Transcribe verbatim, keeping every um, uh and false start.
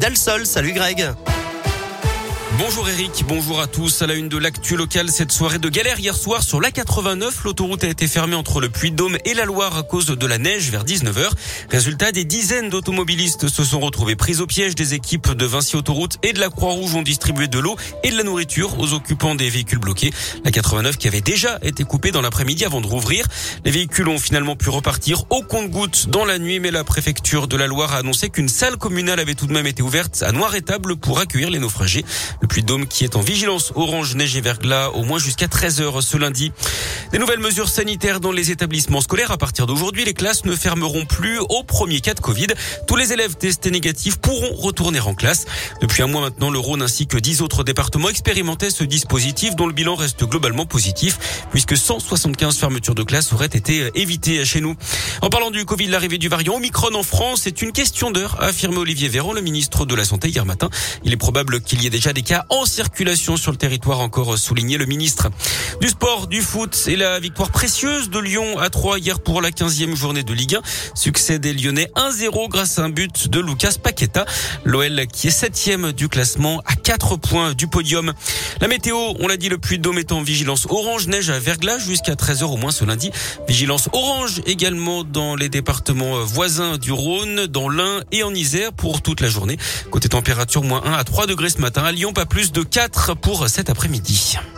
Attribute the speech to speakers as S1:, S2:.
S1: Dalsol. Salut Greg.
S2: Bonjour Eric, bonjour à tous. À la une de l'actu locale, cette soirée de galère hier soir sur l'A quatre-vingt-neuf. L'autoroute a été fermée entre le Puy-de-Dôme et la Loire à cause de la neige vers dix-neuf heures. Résultat, des dizaines d'automobilistes se sont retrouvés pris au piège. Des équipes de Vinci Autoroute et de la Croix-Rouge ont distribué de l'eau et de la nourriture aux occupants des véhicules bloqués. l'A quatre-vingt-neuf qui avait déjà été coupée dans l'après-midi avant de rouvrir. Les véhicules ont finalement pu repartir au compte-gouttes dans la nuit, mais la préfecture de la Loire a annoncé qu'une salle communale avait tout de même été ouverte à Noir-et-Table pour accueillir les naufragés. Le Puy-de-Dôme qui est en vigilance orange, neige et verglas au moins jusqu'à treize heures ce lundi. Des nouvelles mesures sanitaires dans les établissements scolaires. À partir d'aujourd'hui, les classes ne fermeront plus au premier cas de Covid. Tous les élèves testés négatifs pourront retourner en classe. Depuis un mois maintenant, le Rhône ainsi que dix autres départements expérimentaient ce dispositif dont le bilan reste globalement positif puisque cent soixante-quinze fermetures de classes auraient été évitées chez nous. En parlant du Covid, l'arrivée du variant Omicron en France est une question d'heure, a affirmé Olivier Véran, le ministre de la Santé hier matin. Il est probable qu'il y ait déjà des cas en circulation sur le territoire, encore souligné le ministre. Du sport, du foot et la victoire précieuse de Lyon à Troyes hier pour la quinzième journée de Ligue un. Succès des Lyonnais un zéro grâce à un but de Lucas Paqueta. L'O L qui est septième du classement à quatre points du podium. La météo, on l'a dit, le Puy-de-Dôme est en vigilance orange, neige à verglas jusqu'à treize heures au moins ce lundi. Vigilance orange également dans les départements voisins du Rhône, dans l'Ain et en Isère pour toute la journée. Côté température, moins un à trois degrés ce matin. À Lyon, pas plus de quatre pour cet après-midi.